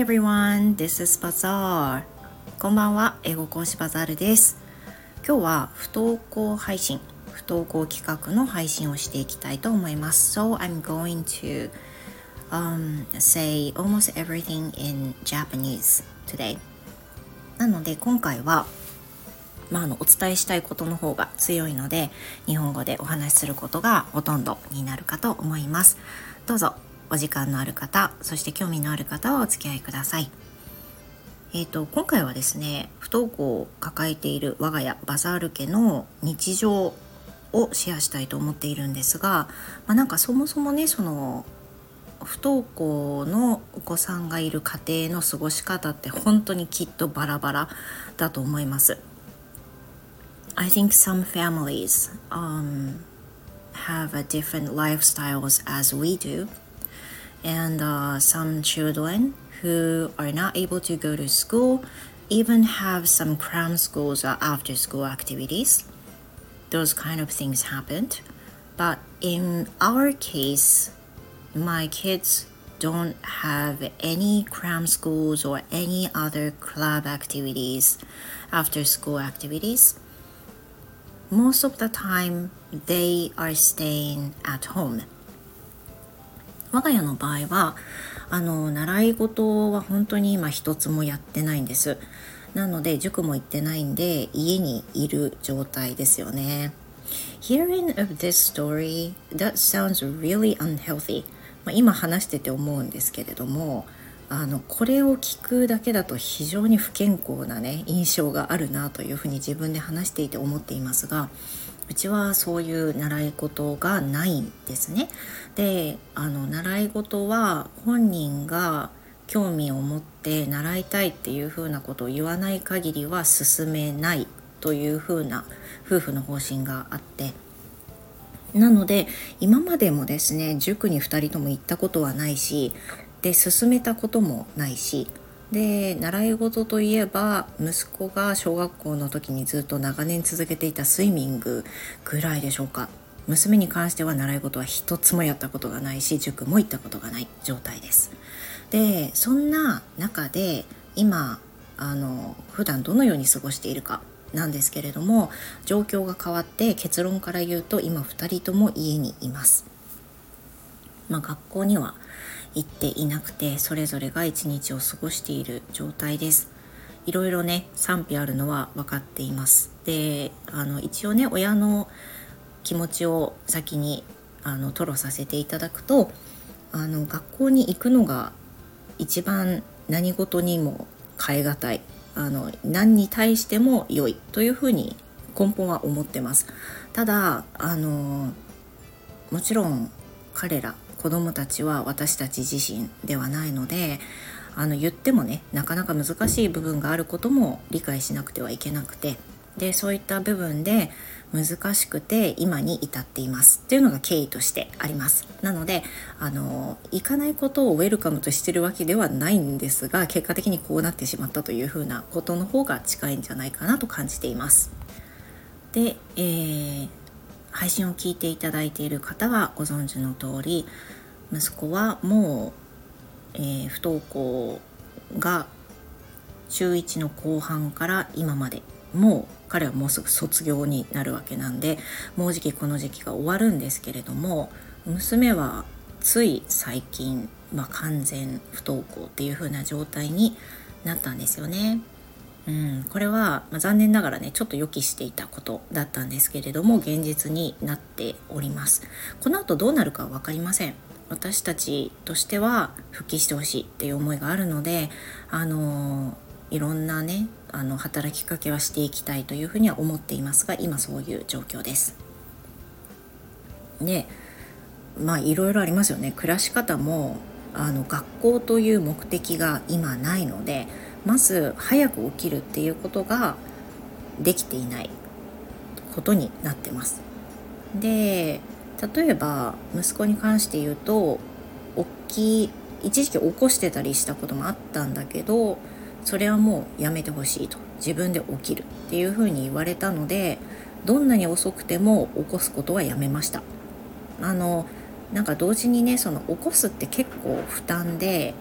everyone, this is Bazaar. こんばんは、英語講師バザールです。今日は不登校配信、不登校企画の配信をしていきたいと思います。So I'm going to say almost everything in Japanese today. なので今回はお伝えしたいことの方が強いので日本語でお話しすることがほとんどになるかと思います。どうぞお時間のある方、そして興味のある方はお付き合いください。今回はですね、不登校を抱えている我が家バザール家の日常をシェアしたいと思っているんですが、そもそもね、その不登校のお子さんがいる家庭の過ごし方って本当にきっとバラバラだと思います。I think some families have a different lifestyles as we do.And some children who are not able to go to school even have some cram schools or after school activities. Those kind of things happened. But in our case, my kids don't have any cram schools or any other club activities, after school activities. Most of the time, they are staying at home.我が家の場合は習い事は本当に今一つもやってないんです。なので塾も行ってないんで家にいる状態ですよね。Hearing of this story, that sounds really unhealthy. 今話してて思うんですけれども、これを聞くだけだと非常に不健康なね印象があるなというふうに自分で話していて思っていますが、うちはそういう習い事がないんですね。で、習い事は本人が興味を持って習いたいっていうふうなことを言わない限りは進めないというふうな夫婦の方針があって、なので今までもですね、塾に2人とも行ったことはないし、で進めたこともないし、で習い事といえば息子が小学校の時にずっと長年続けていたスイミングぐらいでしょうか。娘に関しては習い事は一つもやったことがないし、塾も行ったことがない状態です。でそんな中で今普段どのように過ごしているかなんですけれども、状況が変わって結論から言うと今2人とも家にいます。学校には行っていなくて、それぞれが一日を過ごしている状態です。いろいろね賛否あるのは分かっています。で一応ね親の気持ちを先に吐露させていただくと、学校に行くのが一番何事にも変え難い、何に対しても良いというふうに根本は思ってます。ただもちろん彼ら子どもたちは私たち自身ではないので、言ってもねなかなか難しい部分があることも理解しなくてはいけなくて、でそういった部分で難しくて今に至っていますっていうのが経緯としてあります。なので行かないことをウェルカムとしてるわけではないんですが、結果的にこうなってしまったというふうなことの方が近いんじゃないかなと感じています。で、配信を聞いていただいている方はご存知の通り、息子はもう、不登校が中1の後半から今まで、もう彼はもうすぐ卒業になるわけなんで、もうじきこの時期が終わるんですけれども、娘はつい最近、完全不登校っていう風な状態になったんですよね。これは、残念ながらねちょっと予期していたことだったんですけれども、現実になっております。この後どうなるかは分かりません。私たちとしては復帰してほしいっていう思いがあるので、いろんなね働きかけはしていきたいというふうには思っていますが、今そういう状況です。でいろいろありますよね。暮らし方も学校という目的が今ないので、まず早く起きるっていうことができていないことになってます。で例えば息子に関して言うと、一時期起こしてたりしたこともあったんだけど、それはもうやめてほしいと、自分で起きるっていうふうに言われたので、どんなに遅くても起こすことはやめました。同時にね、その起こすって結構負担で、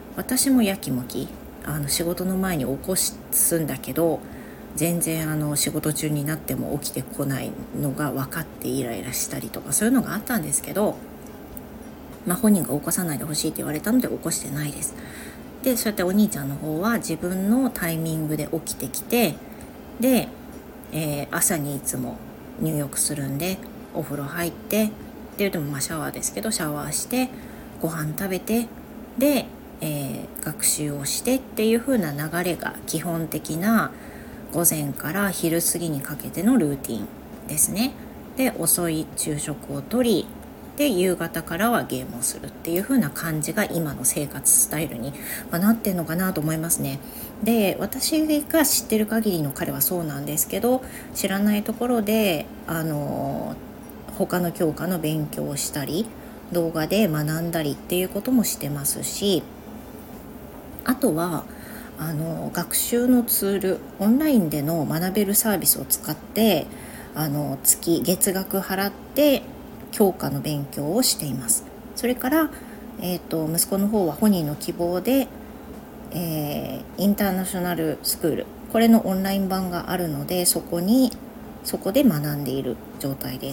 私もやきもき仕事の前に起こすんだけど、全然仕事中になっても起きてこないのが分かってイライラしたりとか、そういうのがあったんですけど、本人が起こさないでほしいって言われたので起こしてないです。でそうやってお兄ちゃんの方は自分のタイミングで起きてきて、で、朝にいつも入浴するんでお風呂入ってっていうでもシャワーですけどシャワーしてご飯食べてで、学習をしてっていう風な流れが基本的な午前から昼過ぎにかけてのルーティンですね。で遅い昼食をとり、で夕方からはゲームをするっていう風な感じが今の生活スタイルに、なってんのかなと思いますね。で私が知ってる限りの彼はそうなんですけど、知らないところで他の教科の勉強をしたり動画で学んだりっていうこともしてますし、あとは学習のツール、オンラインでの学べるサービスを使って月額払って教科の勉強をしています。それから、息子の方は本人の希望で、インターナショナルスクール、これのオンライン版があるのでそこで学んでいる状態です。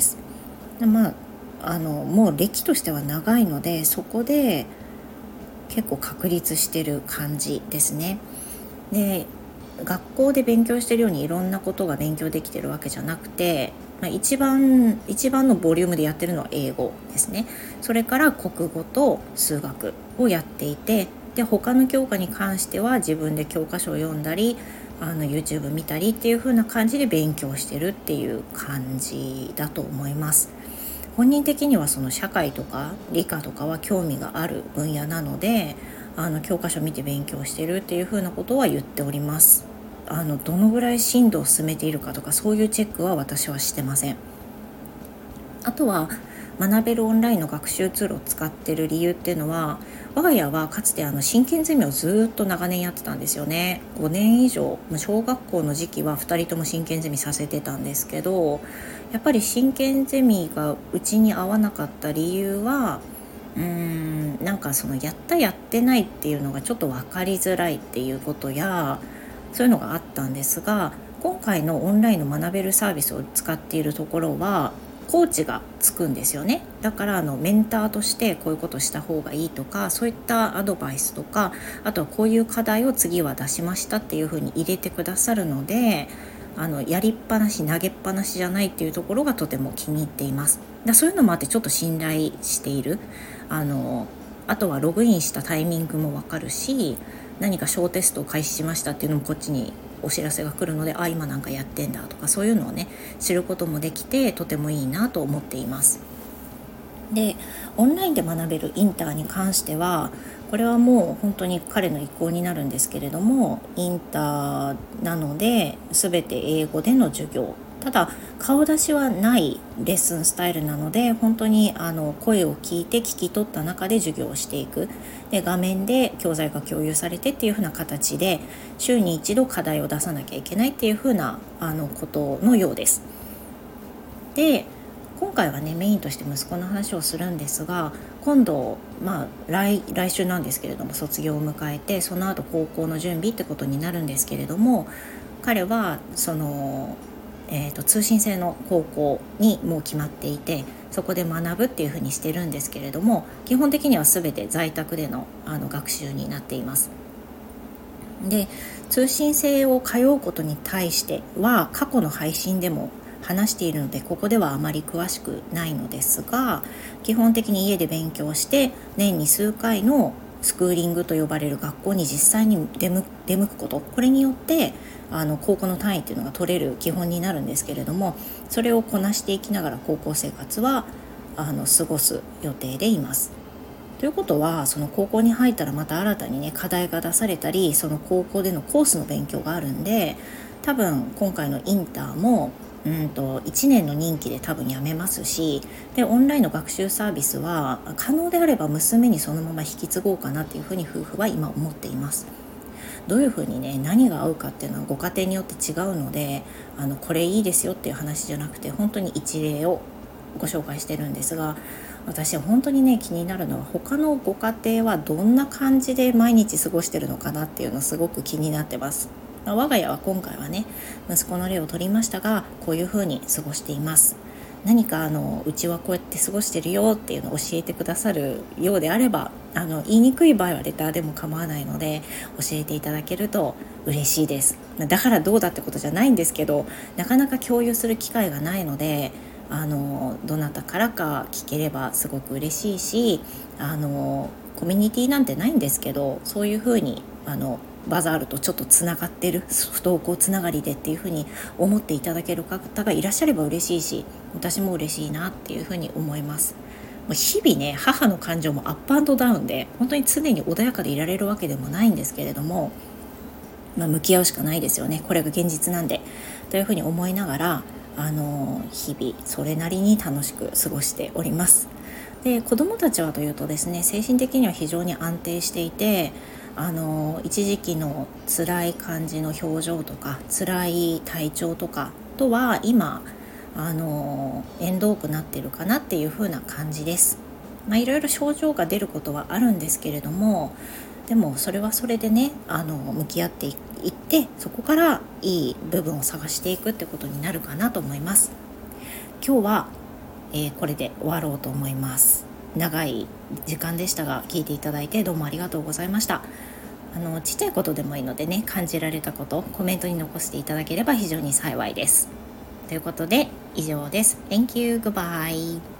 もう歴としては長いのでそこで結構確立してる感じですね。で学校で勉強してるようにいろんなことが勉強できてるわけじゃなくて、一番のボリュームでやってるのは英語ですね。それから国語と数学をやっていて、で他の教科に関しては自分で教科書を読んだりYouTube 見たりっていう風な感じで勉強してるっていう感じだと思います。本人的にはその社会とか理科とかは興味がある分野なので教科書見て勉強してるっていう風なことは言っております。どのぐらい進度を進めているかとかそういうチェックは私はしてません。あとは学べるオンラインの学習ツールを使っている理由っていうのは、我が家はかつて真剣ゼミをずっと長年やってたんですよね。5年以上、小学校の時期は2人とも真剣ゼミさせてたんですけど、やっぱり真剣ゼミがうちに合わなかった理由はなんかそのやったやってないっていうのがちょっと分かりづらいっていうことや、そういうのがあったんですが、今回のオンラインの学べるサービスを使っているところはコーチがつくんですよね。だからメンターとしてこういうことした方がいいとか、そういったアドバイスとか、あとはこういう課題を次は出しましたっていうふうに入れてくださるので、やりっぱなし投げっぱなしじゃないっていうところがとても気に入っています。そういうのもあってちょっと信頼している。あとはログインしたタイミングもわかるし、何か小テストを開始しましたっていうのもこっちにお知らせが来るので、今なんかやってんだとか、そういうのをね知ることもできてとてもいいなと思っています。でオンラインで学べるインターに関しては、これはもう本当に彼の意向になるんですけれども、インターなので全て英語での授業、ただ顔出しはないレッスンスタイルなので、本当に声を聞いて聞き取った中で授業をしていく。で画面で教材が共有されてっていう風な形で週に一度課題を出さなきゃいけないっていう風なことのようです。で今回はねメインとして息子の話をするんですが、今度、来週なんですけれども卒業を迎えて、その後高校の準備ってことになるんですけれども、彼はその、通信制の高校にもう決まっていて、そこで学ぶっていうふうにしてるんですけれども、基本的には全て在宅での学習になっています。で通信制を通うことに対しては過去の配信でも話しているので、ここではあまり詳しくないのですが、基本的に家で勉強して年に数回のスクーリングと呼ばれる学校に実際に出向くこと、これによって高校の単位っていうのが取れる基本になるんですけれども、それをこなしていきながら高校生活は過ごす予定でいます。ということは、その高校に入ったらまた新たにね課題が出されたり、その高校でのコースの勉強があるんで、多分今回のインターも1年の任期で多分辞めますし、でオンラインの学習サービスは可能であれば娘にそのまま引き継ごうかなっていうふうに夫婦は今思っています。どういうふうにね何が合うかっていうのはご家庭によって違うので、これいいですよっていう話じゃなくて、本当に一例をご紹介してるんですが、私本当にね気になるのは他のご家庭はどんな感じで毎日過ごしてるのかなっていうのすごく気になってます。我が家は今回はね息子の例を取りましたが、こういう風に過ごしています。何かうちはこうやって過ごしてるよっていうのを教えてくださるようであれば、言いにくい場合はレターでも構わないので教えていただけると嬉しいです。だからどうだってことじゃないんですけど、なかなか共有する機会がないので、どなたからか聞ければすごく嬉しいし、コミュニティなんてないんですけど、そういうふうにバザールとちょっとつながってる、不登校つながりでっていうふうに思っていただける方がいらっしゃれば嬉しいし、私も嬉しいなっていうふうに思います。日々ね母の感情もアップアンドダウンで本当に常に穏やかでいられるわけでもないんですけれども、向き合うしかないですよね。これが現実なんでというふうに思いながら日々それなりに楽しく過ごしております。で子どもたちはというとですね、精神的には非常に安定していて、一時期の辛い感じの表情とか辛い体調とかとは今縁遠くなってるかなっていう風な感じです。いろいろ症状が出ることはあるんですけれども、でもそれはそれでね向き合っていって、そこからいい部分を探していくってことになるかなと思います。今日は、これで終わろうと思います。長い時間でしたが聞いていただいてどうもありがとうございました。ちっちゃいことでもいいのでね、感じられたことコメントに残していただければ非常に幸いです。ということで以上です。 Thank you. Goodbye.